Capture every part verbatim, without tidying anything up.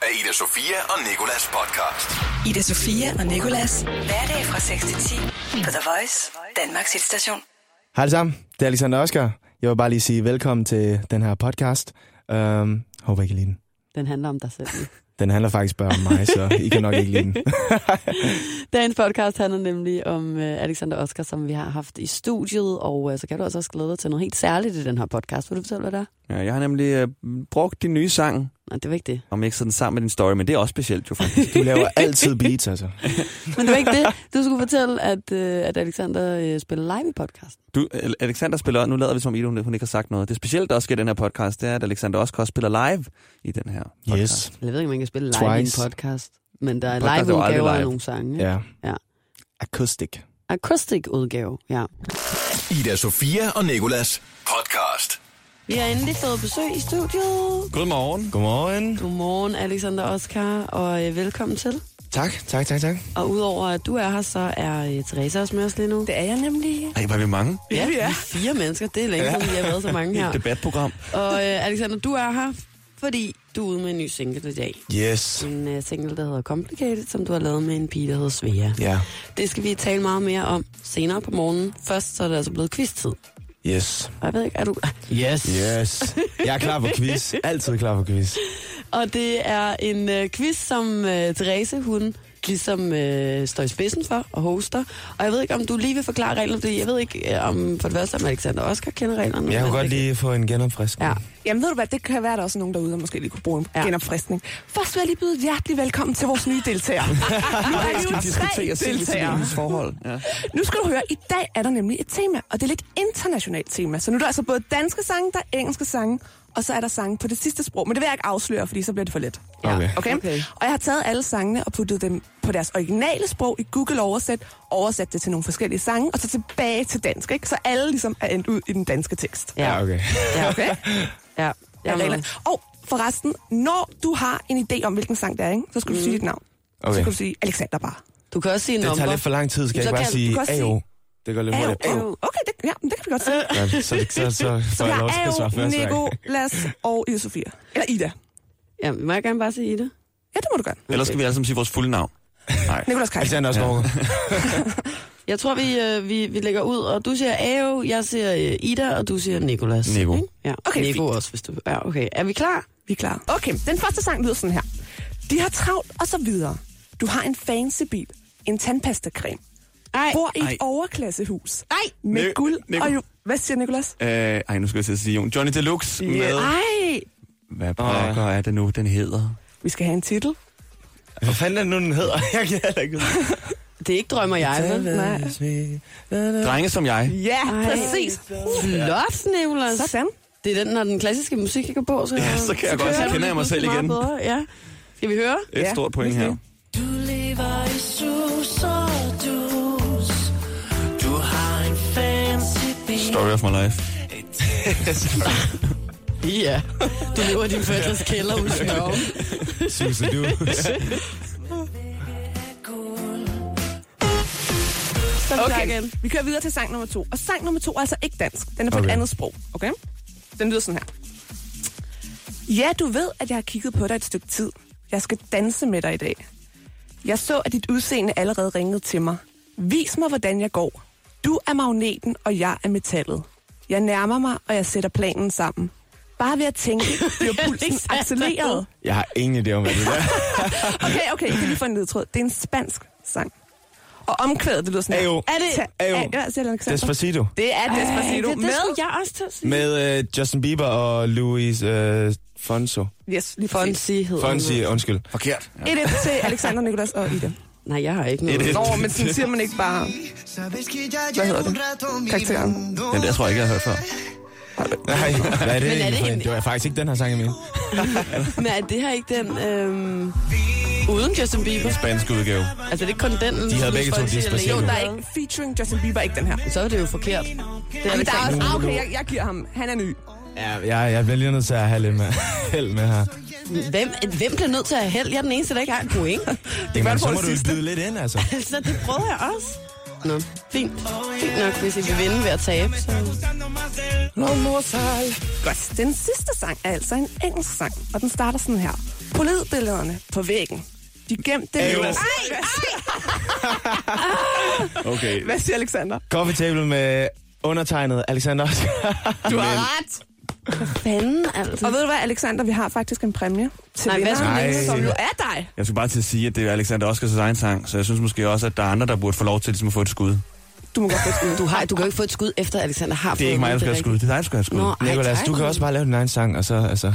af Ida Sofia og Nicolas podcast. Ida Sofia og Nicolas. Hverdag fra seks til ti på The Voice, Danmarks hitstation. Hej alle sammen, det er Alexander Oscar. Jeg vil bare lige sige velkommen til den her podcast. Um, håber I kan lide den. Den handler om dig selv. Den handler faktisk bare om mig, så I kan nok ikke lide den. Dagens podcast handler nemlig om uh, Alexander Oscar, som vi har haft i studiet, og uh, så kan du også glæde dig til noget helt særligt i den her podcast. Vil du fortælle, hvad det er? Ja, jeg har nemlig uh, brugt din nye sang. Nej, det var ikke det. Og mixet den sammen med din story, men det er også specielt jo faktisk. Du laver altid beats, altså. Men det var ikke det. Du skulle fortælle, at, uh, at Alexander uh, spiller live i podcasten. Du, Alexander spiller, nu lader vi som Ida, hun ikke har sagt noget. Det specielle, der også sker i den her podcast, det er, at Alexander også spiller live i den her podcast. Yes. Jeg ved ikke, om man kan spille live Twice. i en podcast, men der er Podcast er jo live-udgaver aldrig af live. nogle sange. Ja. Ja. Acoustic. Acoustic-udgave, ja. Ida Sofia og Nicolas podcast. Vi har endelig fået besøg i studiet. Godmorgen. Godmorgen. Godmorgen, Alexander Oscar, og øh, velkommen til. Tak, tak, tak, tak. Og udover at du er her, så er øh, Teresa også med os lige nu. Det er jeg nemlig. Ej, var vi mange? Ja, vi er fire mennesker. Det er længe siden, vi har været så mange her. Et debatprogram. Og øh, Alexander, du er her, fordi du er ude med en ny single i dag. Yes. En øh, single, der hedder Complicated, som du har lavet med en pige, der hedder Svea. Ja. Det skal vi tale meget mere om senere på morgenen. Først så er det altså blevet quiz-tid. Yes. Og jeg ved ikke, er du... Yes. Yes. Jeg er klar på quiz. Altid klar på quiz. Og det er en øh, quiz, som øh, Therese, hun ligesom øh, står i spidsen for og hoster. Og jeg ved ikke, om du lige vil forklare reglerne, fordi jeg ved ikke, øh, om for det første, om Alexander Oscar kender reglerne. Jeg kunne men godt det- lige få en genopfriskning. Ja. Jamen ved du hvad, det kan være, der også er nogen derude, der måske lige kunne bruge en Ja. ja. genopfriskning. Først vil jeg lige byde hjertelig velkommen til vores nye deltager. Nu er vi jo tre deltagere. forhold. Ja. Nu skal du høre, i dag er der nemlig et tema, og det er lidt internationalt tema. Så nu er der altså både danske sange, der er engelske sange, og så er der sange på det sidste sprog. Men det vil jeg ikke afsløre, fordi så bliver det for let. Okay. Okay? Okay. Og jeg har taget alle sangene og puttet dem på deres originale sprog i Google Oversæt, oversat det til nogle forskellige sange, og så tilbage til dansk, ikke? Så alle ligesom er endt ud i den danske tekst. Ja, okay. Ja, Okay? ja. Ja, Jeg er med. reglerne. Og forresten, når du har en idé om, hvilken sang det er, ikke? Så skal du sige dit navn. Okay. Så skal du sige Alexander bare. Du kan også sige Det nummer. tager lidt for lang tid, skal jeg Så ikke bare kan- sige du kan også A O. Det går lidt Ayo, hurtigt. ayo. Okay, det, ja, men det kan vi godt sige. Ja, så, så, så, så Så får vi jeg lov til har at svare Ayo, først. Nico, Las og Ida Sofia. Eller Ida. Ja, må jeg gerne bare sige Ida? Ja, det må du gøre. Ellers skal vi alle sammen sige vores fulde navn. Nej. Nicolas Kaj. Alexander også ja. Jeg tror, vi, øh, vi, vi lægger ud, og du siger Ayo, jeg siger øh, Ida, og du siger Nicolas. Nico. Ikke? Ja, Okay, Nico fint. også, hvis du... Ja, okay. Er vi klar? Vi er klar. Okay, den første sang lyder sådan her. De har travlt, og så videre. Du har en fancy bil, en tandpastacreme, Ej. bor i et Ej. overklassehus. Ej. Med Ni- guld Nico. og jo... Hvad siger Nicolas? Øh, ej, nu skal jeg til at sige Jon. Johnny Deluxe med... Ej, Hvad pokker er det nu, den hedder? vi skal have en titel. Hvad fanden er det nu, den hedder? Jeg kan heller ikke. Det er ikke drømmer jeg, vel? Nej. Drenge som jeg. Ja, Ej. præcis. Flot, Nicolas. Sådan. Det er den, når den klassiske musik ikke går på, så, Ja, så kan jeg godt, så kører kender du jeg mig lige selv pludselig igen. meget bedre. Ja. Skal vi høre? Et Ja, stort point vi skal. her. Du lever i sus og dus. Du har en fancy bil. Story of my life. Ja. Du lever i din forældres kælder ud i Smørum. Susse, du. Så er vi klar Okay, igen. vi kører videre til sang nummer to. Og sang nummer to er altså ikke dansk. Den er på Okay. et andet sprog, okay? Den lyder sådan her. Ja, du ved, at jeg har kigget på dig et stykke tid. Jeg skal danse med dig i dag. Jeg så, at dit udseende allerede ringede til mig. Vis mig, hvordan jeg går. Du er magneten, og jeg er metallet. Jeg nærmer mig, og jeg sætter planen sammen. Bare ved at tænke, bliver pulsen accelereret. Jeg har ingen idé om, hvad det er. Okay, okay, jeg kan lige få en ledtråd. Det er en spansk sang. Og omkvædet, det lyder sådan her. Ayo. Er det? Ayo. Ja, siger Alexander. Despacito. Det er Despacito det, det med... skulle jeg også til at sige. Med uh, Justin Bieber og Louis uh, Fonso. Yes, lige præcis. Fonsi hedder Fonsi, den. undskyld. Forkert. Ja. Et et til Alexander, Nicolas og Ida. Nej, jeg har ikke noget. Et, et. Nå, men sådan siger man ikke bare... Hvad hedder det? Karakteren. Den der tror jeg ikke, jeg har hørt før. Nej, hvad er det? Men er det for en- en- det var faktisk ikke den her sang, jeg mente. Men er det her ikke den øhm, uden Justin Bieber? Spansk udgave. Altså det er ikke kun den. De havde begge to Fonsi eller Despacito. Jo, en, der er ikke featuring Justin Bieber, ikke den her. Så er det jo forkert. Det er Men der er det også... Ah, okay, jeg, jeg giver ham. Han er ny. Ja, jeg, jeg bliver lige nødt til at have lidt med, held med her. Hvem, hvem bliver nødt til at have held? Jeg er den eneste, der ikke har et point. Jamen, du så på må det du jo sidste. byde lidt ind, altså. Altså, det prøver jeg også. Nå, fint. Fint nok, hvis I vil vinde ved at tabe. Så... Godt. Den sidste sang er altså en engelsk sang, og den starter sådan her. Politbillederne på væggen. De gemte dem. Ej, Okay. Hvad siger Alexander? Coffee Table med undertegnet Alexander Oscar. Du har ret. Hvad fanden, altså? Og ved du hvad, Alexander, vi har faktisk en præmie til Nej, hvad vinderen, skulle det? som jo er dig. Jeg skulle bare til at sige, at det er Alexander Oscars egen sang, så jeg synes måske også, at der er andre, der burde få lov til ligesom at få et skud. Du må godt få et skud. Du, har, du kan jo ikke få et skud, efter Alexander har fået Det er ikke mig, der skal have det skud. Det er dig, der skal have skud. Nå, ej, Nicolas, tak. du kan også bare lave din egen sang, og så... Altså...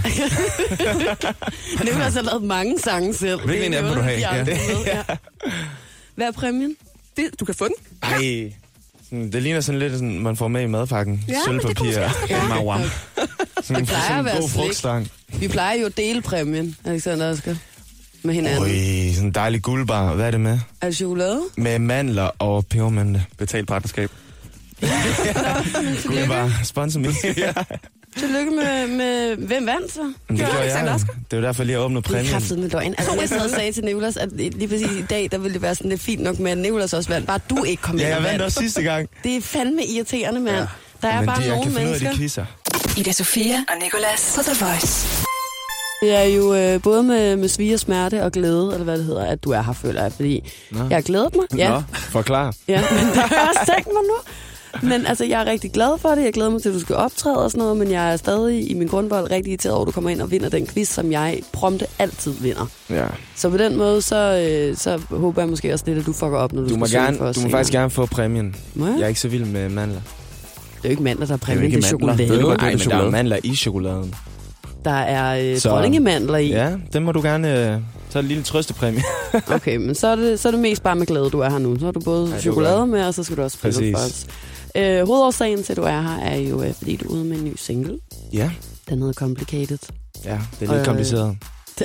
Nicolas har lavet mange sange selv. Hvilken Det er af dem vil du noget, have? de andre ved, ja. Hvad er præmien? Det, du kan få den. Ej, sådan, det ligner sådan lidt, sådan, man får med i madpakken. Ja, men det kunne Sølvpapir. måske Ja, Mawam. Sådan, Det plejer sådan at en være god slik. frugtstang. Vi plejer jo at dele præmien, Alexander Oscar, med hinanden. Oj, sådan en dejlig guldbar. Hvad er det med? Er det chokolade? Med mandler og pebermynte. Betalt partnerskab. Kunne jeg bare sponsor mig? Ja. Tillykke med, med... Hvem vandt så? Men det Gjorde gjorde Alexander jeg. Oscar? Det var derfor, jeg lige åbnede Det er præmien. kraftigt med løgn. Altså, jeg sad og sagde til Nicolas, at lige præcis i dag, der ville det være sådan lidt fint nok med, at Nicolas også vandt. Bare du ikke kom Ja, ind jeg og vandt vandt. også sidste gang. Det er fandme irriterende, mand. Ja. Der er Men bare de, jeg nogle kan finde ud af, mennesker. de quizzer. Ida Sofia og Nicolas på The Voice. Det er jo øh, både med, med svig og smerte og glæde, eller hvad det hedder, at du er her, føler jeg. Fordi Nå. jeg har glædet mig. Ja, Nå. Forklar. ja, men det har jeg også tænkt mig nu. Men altså, jeg er rigtig glad for det. Jeg glæder mig til, at du skal optræde og sådan noget, men jeg er stadig i min grundvold rigtig irriteret over, at du kommer ind og vinder den quiz, som jeg prompte altid vinder. Ja. Så på den måde, så, øh, så håber jeg måske også lidt, at du fucker op, når du, Du må, skal synge gerne, for os du må senere. faktisk gerne få præmien. Må jeg? Jeg er ikke så vild med mandler. Det er jo ikke mandler, der er præmien, ikke det er mandler. chokolade. Ved du godt, Nej, det er men der er chokolade. mandler i chokoladen. Der er øh, Så- dronningemandler i. Ja, den må du gerne... Øh, så er det en lille trøstepræmie. Okay, men så er, det, så er det mest bare med glæde, du er her nu. Så har du både Ja, det chokolade var med, og så skal du også spille Præcis. for os. Øh, hovedårsagen til, at du er her, er jo, øh, fordi du er ude med en ny single. Ja, Den hedder Complicated. ja, det er lidt Øh, kompliceret.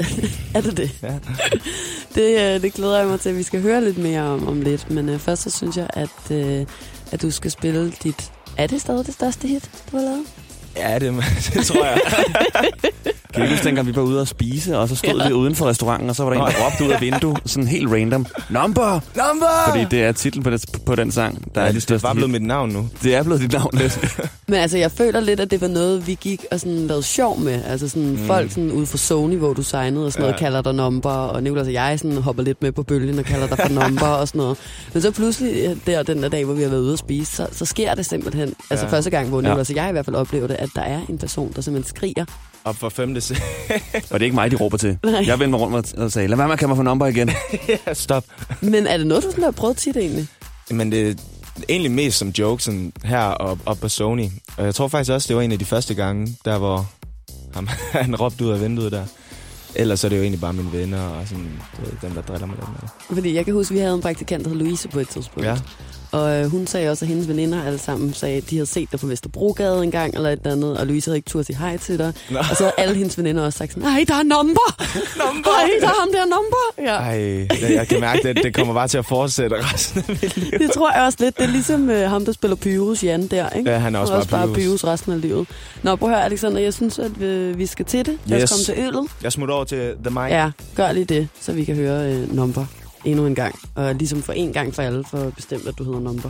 Er det det? Ja. Det, øh, det glæder jeg mig til, at vi skal høre lidt mere om, om lidt. Men øh, først så synes jeg, at, øh, at du skal spille dit... Er det stadig det største hit, du har lavet? Ja, det, det tror jeg. Kan du huske, dengang vi var ude og spise, og så stod vi uden for restauranten, og så var der en, der råbte ud af vinduet, sådan helt random, Number! Number! Fordi det er titlen på, det, på den sang, der Ja, er det det største var blevet hit. mit navn nu. Det er blevet dit navn lidt. Men altså, jeg føler lidt, at det var noget, vi gik og sådan lavede sjov med. Altså sådan mm. folk sådan ude for Sony, hvor du signede og sådan noget, Ja. kalder dig Number, og Nicolas og jeg sådan hopper lidt med på bølgen og kalder dig for Number og sådan noget. Men så pludselig, der den der dag, hvor vi har været ude at spise, så, så sker det simpelthen. Altså Ja. første gang, hvor Ja. Nicolas og jeg i hvert fald oplever det, at der er en person, der simpelthen skriger. Op for femte se. Og det er ikke mig, de råber til. Nej. Jeg vendte mig rundt og sagde, lad være med at kalde mig for Number igen. Ja, stop. Men er det noget, du sådan har prøvet tit egentlig? Men det er egentlig mest som joke sådan her op, op på Sony. Og jeg tror faktisk også, det var en af de første gange, der hvor ham, han råbte ud af vinduet der. Ellers er det jo egentlig bare mine venner og sådan, du ved, dem, der driller mig lidt med det. Fordi jeg kan huske, at vi havde en praktikant, der hed Louise på et tidspunkt. Ja. Og øh, hun sagde også, at hendes veninder alle sammen sagde, at de havde set dig på Vesterbrogade en gang, eller et eller andet, og Louise havde ikke turde sige hej til dig. Nå. Og så havde alle hendes veninder også sagt sådan, nej, der er Number! Number! Nej, der er ham der Number! Ja. Ej, jeg, jeg kan mærke, at det kommer bare til at fortsætte resten af mit liv. Det tror jeg også lidt. Det er ligesom øh, ham, der spiller Pyrus, Jan der, ikke? Ja, han er også, også bare bare Pyrus. Pyrus resten af livet. Nå, prøv at høre, Alexander, jeg synes, at øh, vi skal til det. Lad os Yes. komme til øllet. Jeg smutter over til The Mic. Ja, gør lige det, så vi kan høre øh, Number endnu en gang. Og ligesom for en gang for alle, for bestemt, at du hedder Number.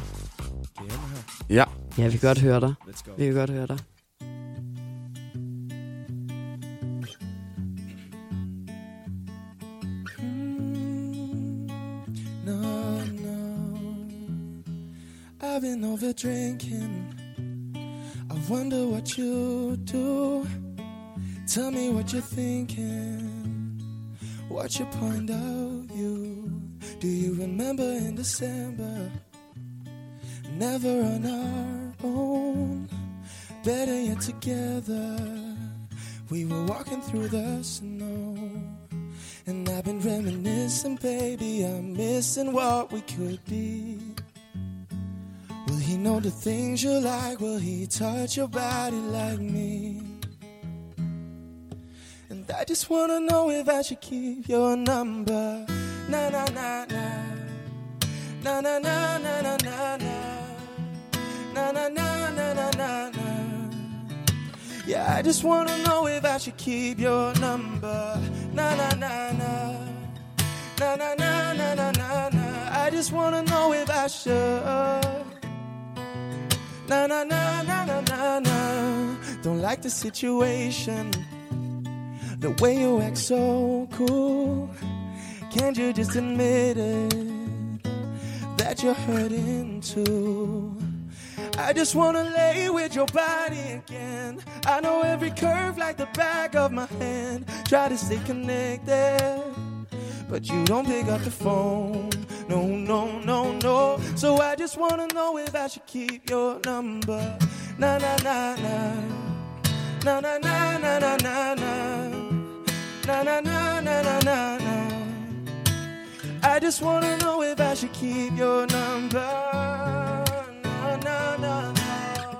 Ja. Ja, vi kan godt høre dig. Let's go. Vi kan godt høre dig. No, no. I've been over drinking. I wonder what you do. Tell me what you're thinking. What's your point of view? Do you remember in December? Never on our own. Better yet together. We were walking through the snow. And I've been reminiscing, baby, I'm missing what we could be. Will he know the things you like? Will he touch your body like me? And I just wanna know if I should keep your number. Na na na na. Na na na na na na na. Na na na na na na na. Yeah, I just wanna know if I should keep your number. Na na na na. Na na na na na na na. I just just wanna know if I should. Na na na na na na na. Don't like the situation, the way you act so cool. Can't you just admit it, that you're hurting too? I just wanna lay with your body again. I know every curve like the back of my hand. Try to stay connected, but you don't pick up the phone. No, no, no, no. So I just wanna know if I should keep your number. Na na na na. Na na na na na na na. Na na na na na na na. I just wanna know if I should keep your number. Na na na na.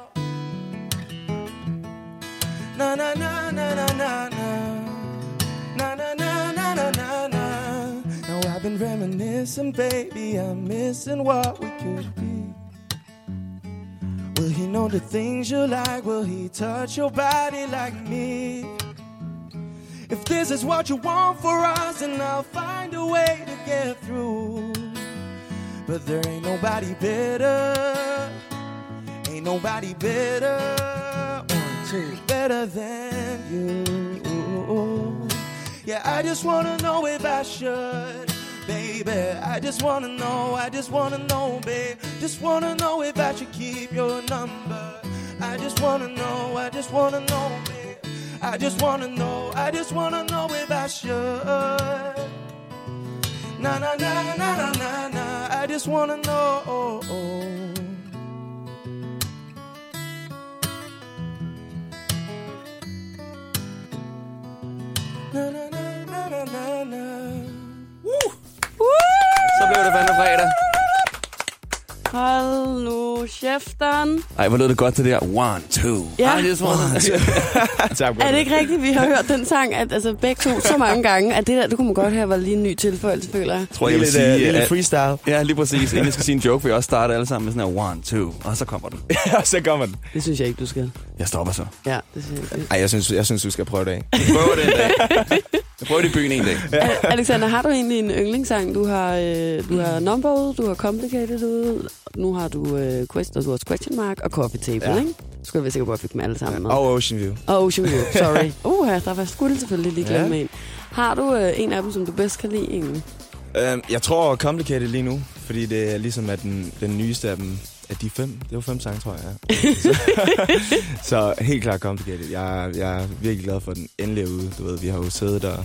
Na na na na na na na. Na na na na na na na. Now I've been reminiscing, baby, I'm missing what we could be. Will he know the things you like? Will he touch your body like me? If this is what you want for us, then I'll find a way to get through. But there ain't nobody better. Ain't nobody better. One, two, better than you. Yeah, I just wanna know if I should, baby. I just wanna know, I just wanna know, babe. Just wanna know if I should keep your number. I just wanna know, I just wanna know, babe. I just wanna know, I just wanna know if I should. Na na na na na na na. I just wanna know. Na na na na na na na. Woo! Så blev det fandme fredag. Hold nu kæften. Ej, hvor lød det godt til det her. One, two. Ja. I just wanna... Er det ikke rigtigt, vi har hørt den sang, at altså, begge to så mange gange, at det der, du kunne man godt have, var lige en ny tilføjelse, føler jeg. Tror jeg, jeg vil Lidt, sige... uh, lille at- freestyle. Ja, lige præcis. Inden jeg skal sige en joke, vil jeg også starte alle sammen med sådan her one, two, og så kommer den. Ja, så kommer den. Det synes jeg ikke, du skal. Jeg stopper så. Ja, det synes jeg ikke. Ej, jeg synes, jeg synes, du skal prøve det af. Prøv det en dag. Jeg prøver det i byen en dag. Al- Alexander, har du egentlig en yndlingssang? Du har, øh, du har Number ude, du har Complicated ude, nu har du øh, Question, du har Question Mark og Coffee Table, Ja. ikke? Du skulle være sikker på, at jeg fik dem alle sammen med. Og Ocean View. Og Ocean View, sorry. Uh, der var skulle selvfølgelig lige glemme Ja. en. Har du øh, en af dem, som du bedst kan lide, egentlig? Um, jeg tror Complicated lige nu, fordi det er ligesom at den, den nyeste af dem, af de fem, det var fem sange, tror jeg. Ja. så, så helt klart Complicated. Jeg, jeg er virkelig glad for, at den endelig er ude. Du ved, vi har jo siddet der.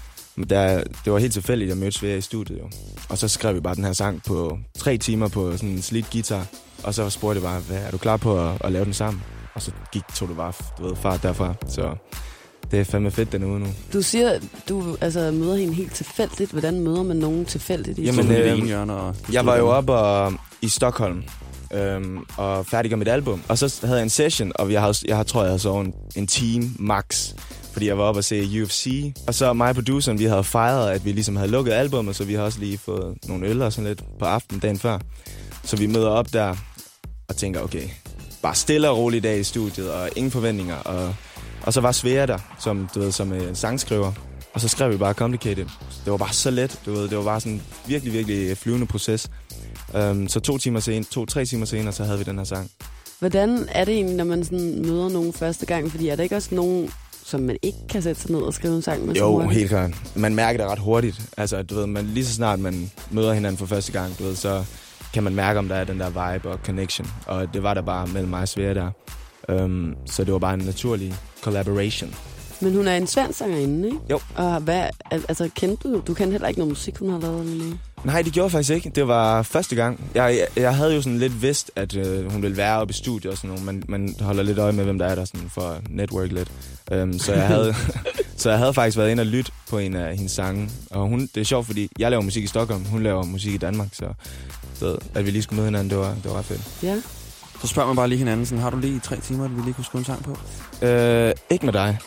der det var helt tilfældigt, at jeg mødte Svea i studiet jo. Og så skrev vi bare den her sang på tre timer på sådan en slidt guitar. Og så spurgte jeg bare, hvad, er du klar på at, at lave den sammen? Og så gik, tog du bare, du ved, fart derfra. Så det er fandme fedt, den er ude nu. Du siger, du altså, møder hende helt tilfældigt. Hvordan møder man nogen tilfældigt? I Jamen, Jamen, øh, øh, vinhjørner og... Jeg var jo oppe og, i Stockholm øhm, og færdiggør mit album. Og så havde jeg en session, og jeg, havde, jeg tror, jeg havde sovet en, en time max. Fordi jeg var oppe og se U F C. Og så mig og produceren, vi havde fejret, at vi ligesom havde lukket albummet, så vi har også lige fået nogle øl og sådan lidt på aftenen dagen før. Så vi møder op der og tænker, okay, bare stille og rolig dag i studiet, og ingen forventninger. Og, og så var Svea der, som, du ved, som en sangskriver. Og så skrev vi bare Complicated. Det var bare så let, du ved. Det var bare sådan en virkelig, virkelig flyvende proces. Um, så to timer sen, to, tre timer senere, så havde vi den her sang. Hvordan er det egentlig, når man sådan møder nogen første gang? Fordi er der ikke også nogen, som man ikke kan sætte sig ned og skrive en sang med? Jo, helt klart. Man mærker det ret hurtigt. Altså, du ved, man, lige så snart man møder hinanden for første gang, du ved, så kan man mærke, om der er den der vibe og connection. Og det var der bare mellem mig og Svea der. Um, så det var bare en naturlig collaboration. Men hun er en svensk sangerinde, ikke? Jo. Og hvad, al- altså kendte du, du kendte heller ikke noget musik, hun har lavet eller noget? Nej, det gjorde jeg faktisk ikke. Det var første gang. Jeg, jeg, jeg havde jo sådan lidt vidst, at øh, hun ville være oppe i studiet og sådan noget. Man, man holder lidt øje med, hvem der er der sådan for network lidt. Um, så, jeg havde, så jeg havde faktisk været inde og lytte på en af hendes sange. Og hun, det er sjovt, fordi jeg laver musik i Stockholm, hun laver musik i Danmark. Så, så at vi lige skulle møde hinanden, det var, det var ret fedt. Ja. Så spørger man bare lige hinanden, sådan, har du lige tre timer, at vi lige kunne skrive en sang på? Øh, ikke med dig.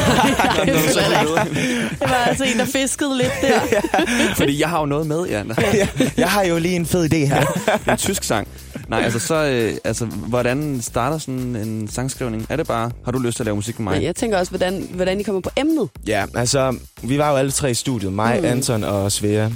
Det var altså en, der fiskede lidt der. Fordi jeg har jo noget med, Jan. jeg, jeg har jo lige en fed idé her. Det er en tysk sang. Nej, altså så, øh, altså, hvordan starter sådan en sangskrivning? Er det bare, har du lyst til at lave musik med mig? Men jeg tænker også, hvordan, hvordan I kommer på emnet. Ja, altså, vi var jo alle tre i studiet. Mig, mm. Anton og Svea.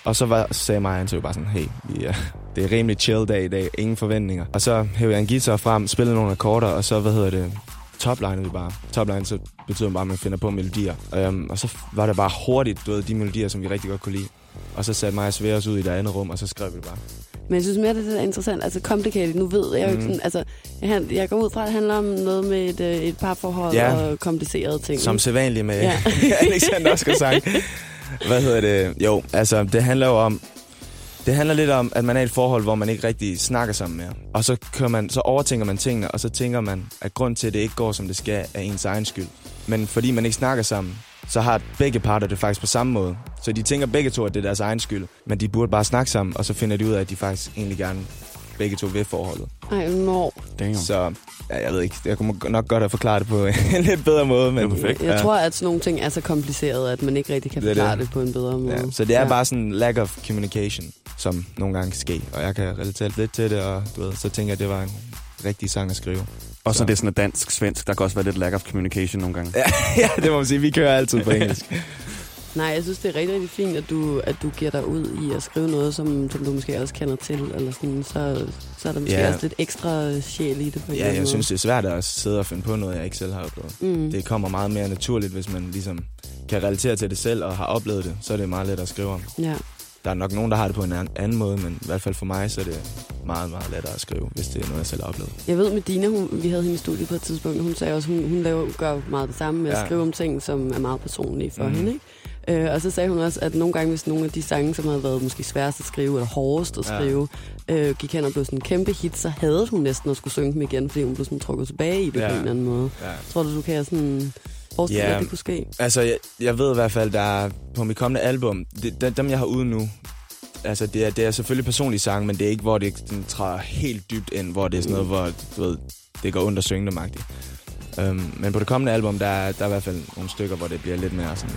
Og så var, sagde mig og Anto bare sådan, hey, vi er, det er rimelig chill dag i dag, ingen forventninger. Og så hævde jeg en guitar frem, spillede nogle akkorder, og så, hvad hedder det, toplinede vi bare. Topline, så betyder bare, at man finder på melodier. Um, og så var det bare hurtigt, du ved, de melodier, som vi rigtig godt kunne lide. Og så satte mig og Svea os ud i det andet rum, og så skrev vi det bare. Men jeg synes mere, det er interessant. Altså, complicated, nu ved jeg jo ikke sådan, altså, jeg, jeg går ud fra, at det handler om noget med et, et parforhold ja. og komplicerede ting. Som sædvanligt med ja. Alexander Oscar sang. Hvad hedder det? Jo, altså, det handler jo om, det handler lidt om, at man er i et forhold, hvor man ikke rigtig snakker sammen mere. Og så, kører man, så overtænker man tingene, og så tænker man, at grund til, at det ikke går, som det skal, er ens egen skyld. Men fordi man ikke snakker sammen, så har begge parter det faktisk på samme måde. Så de tænker begge to, at det er deres egen skyld. Men de burde bare snakke sammen, og så finder de ud af, at de faktisk egentlig gerne begge to ved forholdet. Ej, no. Så ja, jeg ved ikke, jeg kunne nok godt have forklaret det på en lidt bedre måde. Men, perfekt. Jeg ja. tror, at sådan nogle ting er så komplicerede, at man ikke rigtig kan forklare det, det. det på en bedre måde. Ja, så det er ja. bare sådan lack of communication, som nogle gange sker. Og jeg kan relatere lidt til det, og du ved, så tænker jeg, at det var en rigtig sang at skrive. Og så, så det er sådan et dansk-svensk, der kan også være lidt lack of communication nogle gange. Ja, ja, det må man sige. Vi kører altid på engelsk. Nej, jeg synes, det er rigtig, rigtig fint, at du, at du giver dig ud i at skrive noget, som, som du måske ellers kender til. Eller sådan, så, så er der måske ja. også lidt ekstra sjæl i det på en Ja, jeg måde. synes, det er svært at sidde og finde på noget, jeg ikke selv har oplevet. Mm. Det kommer meget mere naturligt, hvis man ligesom kan relatere til det selv og har oplevet det. Så er det meget let at skrive om. Ja. Der er nok nogen, der har det på en anden måde, men i hvert fald for mig, så er det meget, meget lettere at skrive, hvis det er noget, jeg selv har oplevet. Jeg ved med Dina, hun, vi havde hende i studiet på et tidspunkt, og hun sagde også, hun, hun laver, gør meget det samme med ja. at skrive om ting, som er meget personlige for mm. hende, ikke? Øh, og så sagde hun også, at nogle gange, hvis nogle af de sange, som havde været måske sværest at skrive, eller hårdest at skrive, ja. øh, gik hen og blev sådan en kæmpe hit, så havde hun næsten at skulle synge dem igen, fordi hun blev sådan trukket tilbage i det ja. på en eller anden måde. Ja. Tror du, du kan sådan forestille dig, ja. at det kunne ske? Altså, jeg, jeg ved i hvert fald, der er på mit kommende album, det, dem jeg har ude nu, altså det er, det er selvfølgelig personlige sange, men det er ikke, hvor det den træder helt dybt ind, hvor det er sådan noget, hvor du ved, det går ondt at synge dem agtigt. Um, men på det kommende album, der er, der er i hvert fald nogle stykker, hvor det bliver lidt mere sådan,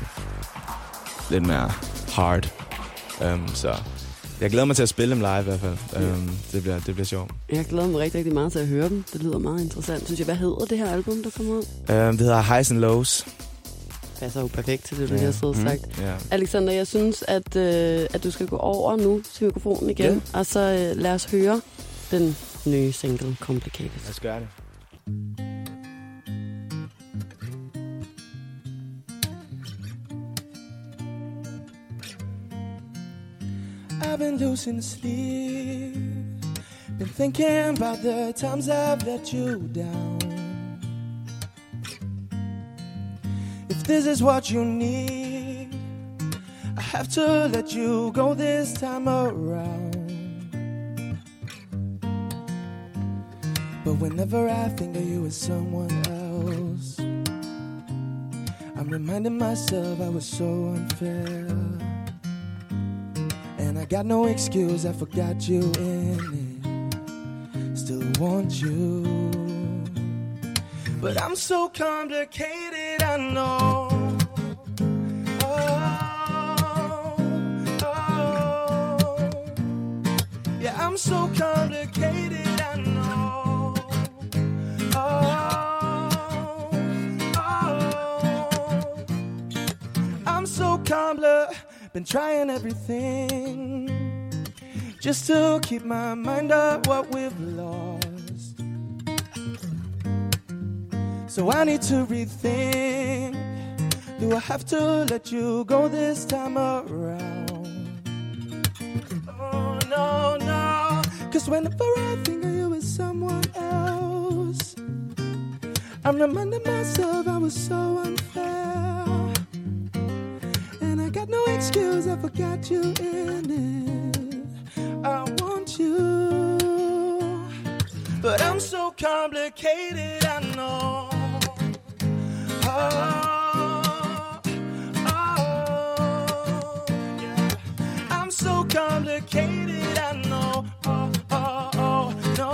lidt mere hard. Um, så jeg glæder mig til at spille dem live i hvert fald. Um, det, bliver, det bliver sjovt. Jeg glæder mig rigtig, rigtig meget til at høre dem. Det lyder meget interessant. Synes jeg, hvad hedder det her album, der kommer ud? Um, det hedder Highs and Lows. Passer jo perfekt til det, du yeah. har siddet og sagt. Mm, yeah. Alexander, jeg synes, at, øh, at du skal gå over nu til mikrofonen igen, yeah. og så øh, lad os høre den nye single, Complicated. Lad os gøre det. I've been losing sleep, been thinking about the times I've let you down. If this is what you need, I have to let you go this time around. But whenever I think of you as someone else, I'm reminding myself I was so unfair. And I got no excuse, I forgot you in it. Still want you, but I'm so complicated, I know. Oh, oh. Yeah, I'm so complicated, I know. Oh, oh. I'm so complicated. Been trying everything just to keep my mind up what we've lost. So I need to rethink. Do I have to let you go this time around? Oh no, no. Cause whenever I think of you as someone else, I'm reminding myself I was so unfair. Got no excuse, I forgot you in it. I want you, but I'm so complicated, I know. Oh, oh, yeah. I'm so complicated, I know. Oh, oh, oh, no.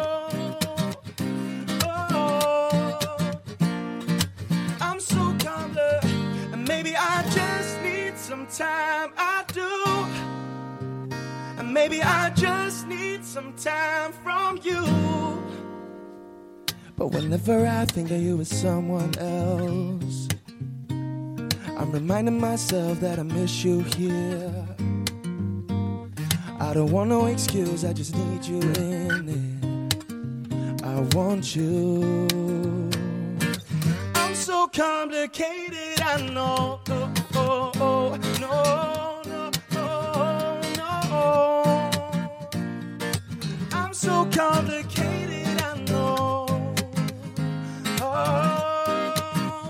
Oh, I'm so complicated, and maybe I just some time, I do. And maybe I just need some time from you. But whenever I think of you as someone else, I'm reminding myself that I miss you here. don't want no excuse, I just need you in it. I want you. I'm so complicated, I know. Oh, oh, oh, no, no, no, no. I'm so complicated, I know. Oh,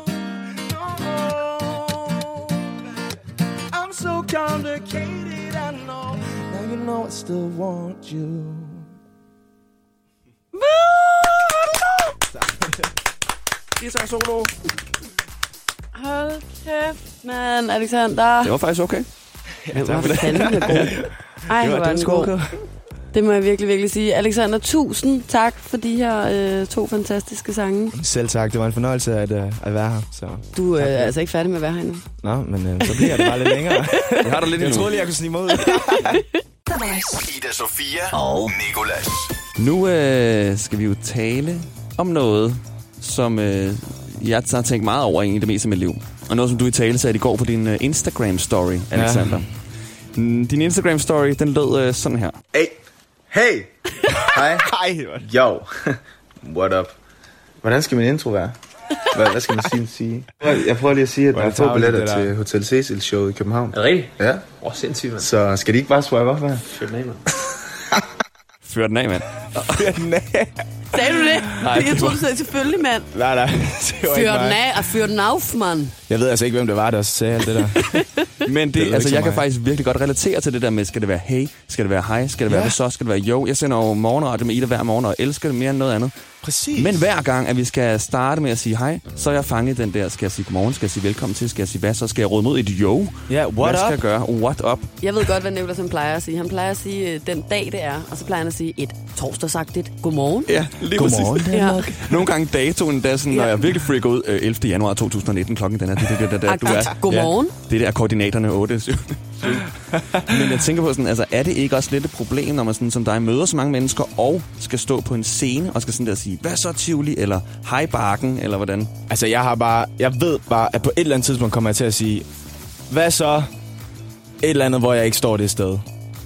no. I'm so complicated, I know. Now you know I still want you. Guitar solo. Hold kæft, mand, Alexander. Det var faktisk okay. Det var fandme god. Ej, hvor var den god. Det må jeg virkelig, virkelig sige. Alexander, tusind tak for de her øh, to fantastiske sange. Selv tak, det var en fornøjelse at, uh, at være her. Så. Du øh, er altså ikke færdig med at være her endnu. Nå, men uh, så bliver det bare lidt længere. Jeg har da lidt Jeg endnu. troede lige, jeg kunne snige mig ud. Ida Sofia og Nicolas. Nu øh, skal vi jo tale om noget, som øh, jeg har tænkt meget over egentlig det meste af mit liv. Og noget, som du i tale sagde i går på din øh, Instagram-story, Alexander. Ja. Mm, din Instagram-story, den lød øh, sådan her. Hey, hey, hej, Hej. yo, what up? Hvordan skal min intro være? Hvad, hvad skal man sige? sige? Jeg prøver lige at sige, at der er få billetter til Hotel Cecil show i København. Er det rigtigt? Ja. Åh, oh, sindssygt, mand. Så skal de ikke bare swipe op her? Fyr den af, mand. Fyr den af, mand. Fyr den af. Sagde du det? Nej, jeg det troede, var- du sagde selvfølgelig, mand. Nej, nej. Det var Fyr ikke den mig. af og fyr den af, mand. Jeg ved altså ikke, hvem det var, der sagde alt det der. Men det, Det lyder altså, ikke jeg som kan mig. faktisk virkelig godt relatere til det der med, skal det være hey, skal det være hej, skal det være Ja. hvad så, skal det være jo. Jeg sender jo morgenradio med Ida hver morgen, og elsker det mere end noget andet. Præcis. Men hver gang, at vi skal starte med at sige hej, så er jeg fanget den der, skal jeg sige godmorgen, skal jeg sige velkommen til, skal jeg sige hvad så, skal jeg råde mod et jo? Ja, what hvad skal up? jeg gøre? What up? Jeg ved godt, hvad Nicolas han plejer at sige. Han plejer at sige øh, den dag, det er. Og så plejer han at sige et torsdagsagtigt godmorgen. Ja, lige Godmorgen, præcis. Danmark. Nogle gange datoen, der sådan, Ja. når jeg virkelig freaker ud, øh, ellevte januar to tusind nitten, klokken den er, det, det, det, det, det, du er. Agtigt. Godmorgen. Ja, det der koordinaterne otte, syv. Men jeg tænker på sådan, altså er det ikke også lidt et problem, når man sådan, som dig møder så mange mennesker, og skal stå på en scene, og skal sådan der sige, hvad så Tivoli, eller hej Barken, eller hvordan? Altså, jeg har bare... Jeg ved bare, at på et eller andet tidspunkt kommer jeg til at sige, hvad så? Et eller andet, hvor jeg ikke står det sted.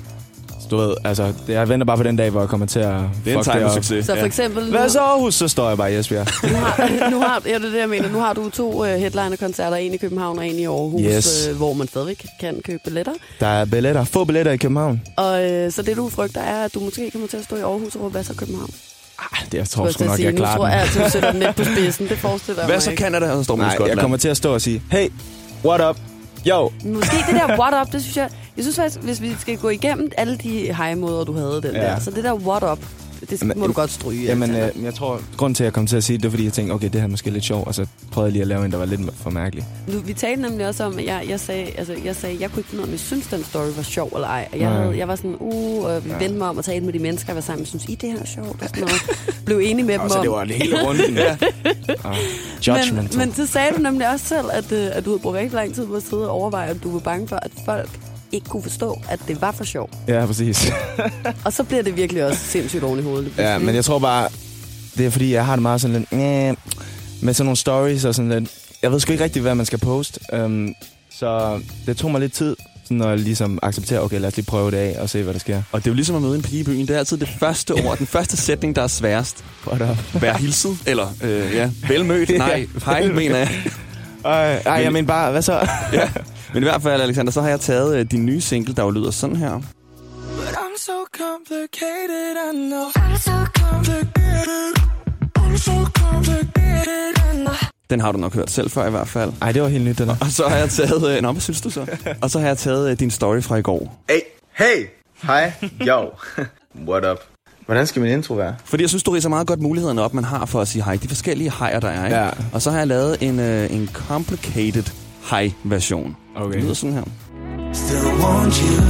Du ved, altså, det- jeg venter bare på den dag, hvor jeg kommer til at... Det er en fuck tegn på op. succes. Så for eksempel... Nu, Hvad så Aarhus? Så står jeg bare i Esbjerg. Nu har, nu har, ja, det er det, jeg mener. Nu har du to uh, headliner-koncerter, en i København og en i Aarhus, Yes. øh, hvor man stadigvæk kan købe billetter. Der er billetter. Få billetter i København. Og øh, så det, du frygter, er, at du måske kommer til at stå i Aarhus og råbe, hvad så København? Ah, det jeg tror Skulle sgu til at nok, sige, jeg nu klarer tror den. jeg, at du sætter den lidt på spidsen. Det forestiller jeg Hvad mig så ikke. Canada, og så står man i Nej, Skotland? jeg kommer til at stå og sige, hey, what up? Yo. Måske det der what up, det synes jeg... Jeg synes faktisk, hvis vi skal gå igennem alle de hej-måder, du havde den Ja. der, så det der what up, det Jamen, må du godt stryge. Jamen, Alexander. øh, jeg tror, grunden til, at jeg kom til at sige det, det er, fordi jeg tænkte, okay, det her er måske lidt sjovt, og så prøvede jeg lige at lave en, der var lidt for mærkelig. Nu, vi talte nemlig også om, at jeg, jeg, sagde, altså, jeg sagde, jeg kunne ikke finde ud af, om jeg synes, den story var sjov eller ej. Og jeg, Nej. havde, jeg var sådan, uh, og vi ja. vendte mig om at tale med de mennesker, jeg var sammen. Synes I, det her er sjovt? Og sådan noget. Blev enig med dem Og så om. det var det hele runden. Ja. uh, judgmental. Men, men så sagde du nemlig også selv, at, øh, at du havde brugt rigtig lang tid på at sidde og overveje, at du var bange for, at folk ikke kunne forstå, at det var for sjov. Ja, præcis. Og så bliver det virkelig også sindssygt oven i hovedet. lige Ja, pludselig. men jeg tror bare, det er fordi, jeg har det meget sådan lidt, næh, med sådan nogle stories og sådan lidt. Jeg ved sgu ikke rigtig, hvad man skal poste. Um, så det tog mig lidt tid, sådan at ligesom acceptere, okay, lad os lige prøve det af og se, hvad der sker. Og det er jo ligesom at møde en pige i byen. Det er altid det første ord, den første sætning, der er sværest. What up? Vær hilset, eller øh, ja, velmødt. Nej, hej, mener jeg. Ej, ej, jeg mener bare, hvad så? Ja. Men i hvert fald, Alexander, så har jeg taget øh, din nye single, der jo lyder sådan her. But I'm so complicated, I know. I'm so complicated. I'm so complicated, I know. Den har du nok hørt selv før i hvert fald. Ej, det var helt nyt, det der. Og så har jeg taget... Øh, nå, hvad synes du så? Og så har jeg taget øh, din story fra i går. Hey, hey, hej, yo, what up? Hvordan skal min intro være? Fordi jeg synes, du ridser meget godt mulighederne op, man har for at sige hej. De forskellige hejer, der er, ikke? Ja. Og så har jeg lavet en, øh, en complicated hej-version. Okay. Det lyder sådan her. Still want you.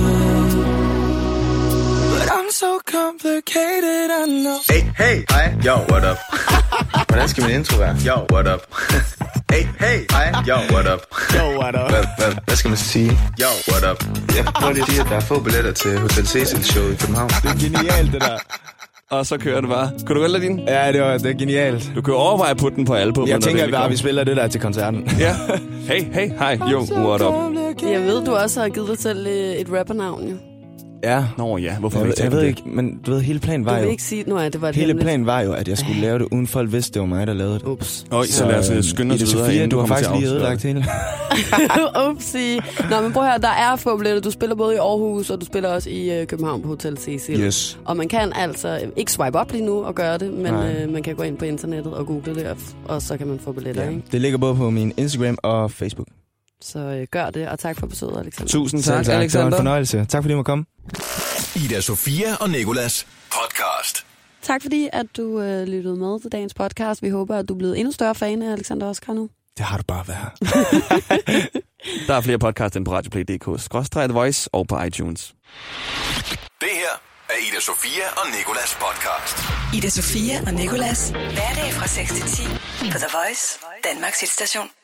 But I'm so complicated, I know. Hey, hey, hej, yo, what up? Hvordan skal min intro være? Yo, what up? Hey, hey, hej, yo, what up? Yo, what up? Hvad, hvad, hvad skal man sige? Yo, what up? Jeg prøver lige at sige, at der er få billetter til Hotel Cecil show i København. Det er genialt, det der. Og så kører det bare. Kan du godt lide din? Ja, det, var, det er genialt. Du kan overveje at putte den på album. Jeg tænker, at bare, vi spiller det der til koncerten. Ja. Hey, hey, hej, yo, what up? Jeg ved, du også har givet dig selv øh, et rappernavn, jo. Ja. Nå ja, hvorfor jeg, vil jeg, ikke jeg ved det? ikke, men du ved, hele planen var Du vil jo... ikke sige... Nå ja, det var et Hele hemmeligt. planen var jo, at jeg skulle lave det, uden folk vidste, det var mig, der lavede det. Ups. Øj, så lad os øhm, skynde os Ida videre, Sofia, inden du har kommer til faktisk at lige afsløre ødelagt hele. Upsi. Nå, men prøv at høre, der er få billetter. Du spiller både i Aarhus, og du spiller også i øh, København på Hotel Cecil. Yes. Og man kan altså ikke swipe op lige nu og gøre det, men Nej. øh, man kan gå ind på internettet og google det, og, og så kan man få billetter, Ja, ikke? det ligger både på min Instagram og Facebook. Så øh, gør det, og tak for besøget, Alexander. Tusind Selv tak, tak. Alexander. Det var en fornøjelse. Tak fordi du måtte komme. Ida Sofia og Nicolas podcast. Tak fordi, at du øh, lyttede med til dagens podcast. Vi håber, at du er blevet endnu større fan af Alexander Oscar nu. Det har du bare været. Der er flere podcasts end på radioplay punktum d k skråstreg The Voice og på iTunes. Det her er Ida Sofia og Nicolas podcast. Ida Sofia og Nicolas. Hverdag fra seks til ti på The Voice, Danmarks hitstation.